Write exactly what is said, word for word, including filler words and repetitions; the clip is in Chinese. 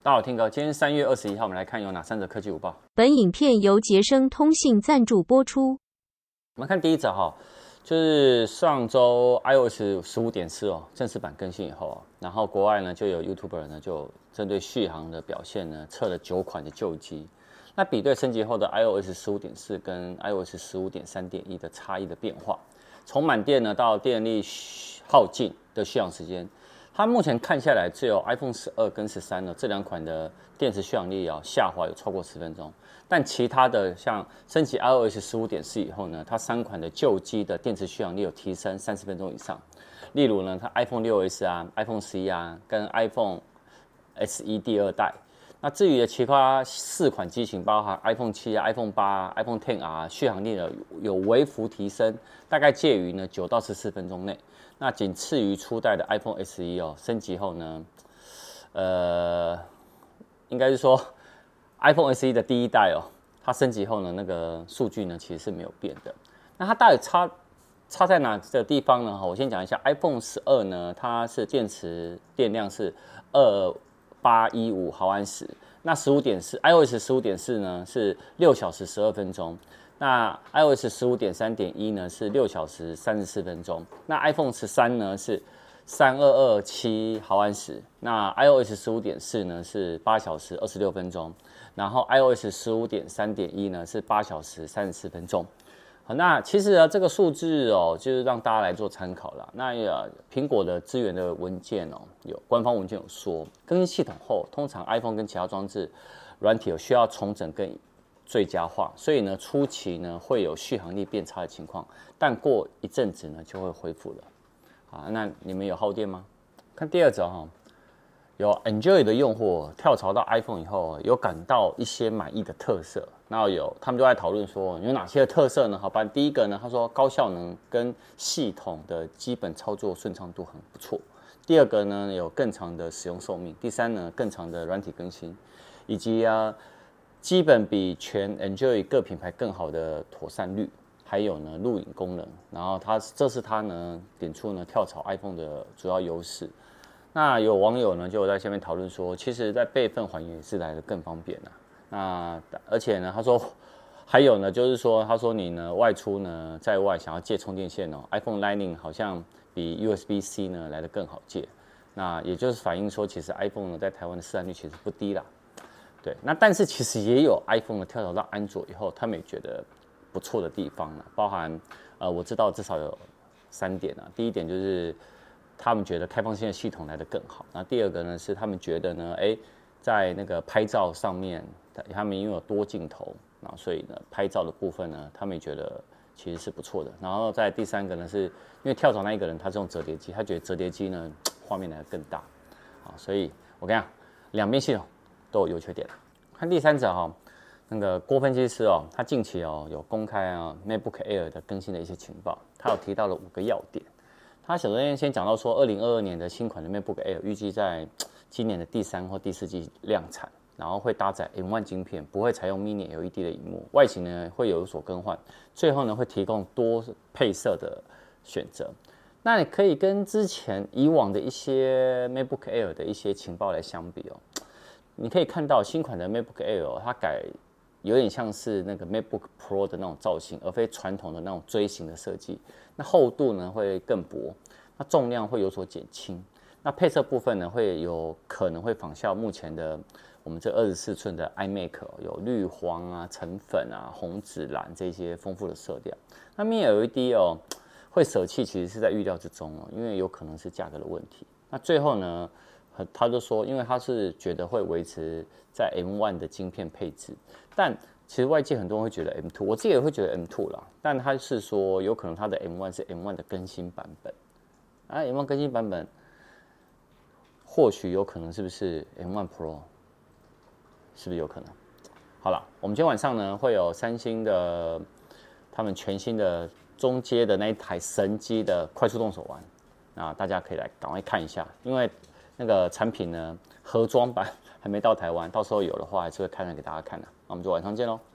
大家好，听哥，今天三月二十一号，我们来看有哪三则科技午报。 本影片由杰生通信赞助播出。 我们看第一则哈，就是上周 iOS 十五点四哦正式版更新以后，然后国外呢就有 YouTuber 呢就针对续航的表现呢测了九款的旧机，那比对升级后的 iOS 十五点四跟 iOS 十五点三点一的差异的变化，从满电呢到电力耗尽的续航时间。它目前看下来，只有 iPhone 十二跟十三呢这两款的电池续航力啊下滑有超过十分钟，但其他的像升级 iOS 十五点四以后呢，它三款的旧机的电池续航力有提升三十分钟以上。例如呢，它 iPhone 六 S 啊、iPhone 十一啊跟 iPhone S E 第二代。那至于的其他四款机型，包含 iPhone 七啊、iPhone 八啊、iPhone X R 续航力呢有微幅提升，大概介于呢九到十四分钟内。那仅次于初代的 iPhone S E 哦，升级后呢，呃，应该是说 iPhone S E 的第一代哦，它升级后呢，那个数据呢其实是没有变的。那它到底差差在哪个地方呢？我先讲一下 iPhone 十二呢，它是电池电量是二八一五毫安时，那十五点四 iOS 十五点四呢是六小时十二分钟。那 iOS 十五点三点一呢是六小时三十四分钟，那 iPhone 十三呢是三二二七毫安时，那 iOS 十五点四呢是八小时二十六分钟，然后 iOS 十五点三点一呢是八小时三十四分钟。好，那其实呢这个数字哦，就是让大家来做参考啦。那呃，苹果的资源的文件哦，有官方文件有说，更新系统后，通常 iPhone 跟其他装置软体有需要重整跟最佳化，所以呢，初期呢会有续航力变差的情况，但过一阵子呢就会恢复了。啊，那你们有耗电吗？看第二则哈，有 Enjoy 的用户跳槽到 iPhone 以后，有感到一些满意的特色。那有他们就在讨论说有哪些特色呢？好吧，第一个呢，他说高效能跟系统的基本操作顺畅度很不错。第二个呢，有更长的使用寿命。第三呢，更长的软体更新，以及啊。基本比全 Enjoy 各品牌更好的妥善率，还有呢录影功能，然后它这是它呢点出呢跳槽 iPhone 的主要优势。那有网友呢就在下面讨论说，其实在备份还原也是来得更方便啊。那而且呢他说还有呢就是说他说你呢外出呢在外想要借充电线哦 ，iPhone Lightning 好像比 U S B C 呢来得更好借。那也就是反映说，其实 iPhone 呢在台湾的市占率其实不低啦。对，那但是其实也有 iPhone 的跳槽到安卓以后，他们也觉得不错的地方啦，包含呃我知道至少有三点啊。第一点就是他们觉得开放性的系统来得更好。那第二个呢是他们觉得呢，哎，在那个拍照上面，他们因为有多镜头，然后所以呢拍照的部分呢，他们也觉得其实是不错的。然后在第三个呢是因为跳槽那一个人他是用折叠机，他觉得折叠机呢画面来得更大，啊，所以我跟你讲，两边系统都有优缺点。看第三者哈、哦，那个郭分析师哦，他近期哦有公开啊 MacBook Air 的更新的一些情报，他有提到了五个要点。他首先先讲到说，二零二二年的新款的 MacBook Air 预计在今年的第三或第四季量产，然后会搭载 M 一 晶片，不会采用 Mini L E D 的萤幕，外形呢会有所更换，最后呢会提供多配色的选择。那你可以跟之前以往的一些 MacBook Air 的一些情报来相比哦。你可以看到新款的 MacBook Air， 它改有点像是那个 MacBook Pro 的那种造型，而非传统的那种锥形的设计。那厚度呢会更薄，那重量会有所减轻。那配色部分呢会有可能会仿效目前的我们这二十四寸的 iMac， 有绿黄啊、橙粉啊、红紫蓝这些丰富的色调。那 Mini L E D 哦会舍弃，其实是在预料之中哦，因为有可能是价格的问题。那最后呢？他就说，因为他是觉得会维持在 M 一 的晶片配置，但其实外界很多人会觉得 M 二， 我自己也会觉得 M 二 啦，但他是说有可能他的 M 一 是 M 一 的更新版本，啊 M 一 更新版本或许有可能是不是 M 一 Pro， 是不是有可能？好了，我们今天晚上呢会有三星的他们全新的中阶的那一台神机的快速动手玩，那大家可以来赶快看一下，因为那个产品呢，盒装版还没到台湾，到时候有的话还是会开来给大家看的。那我们就晚上见喽。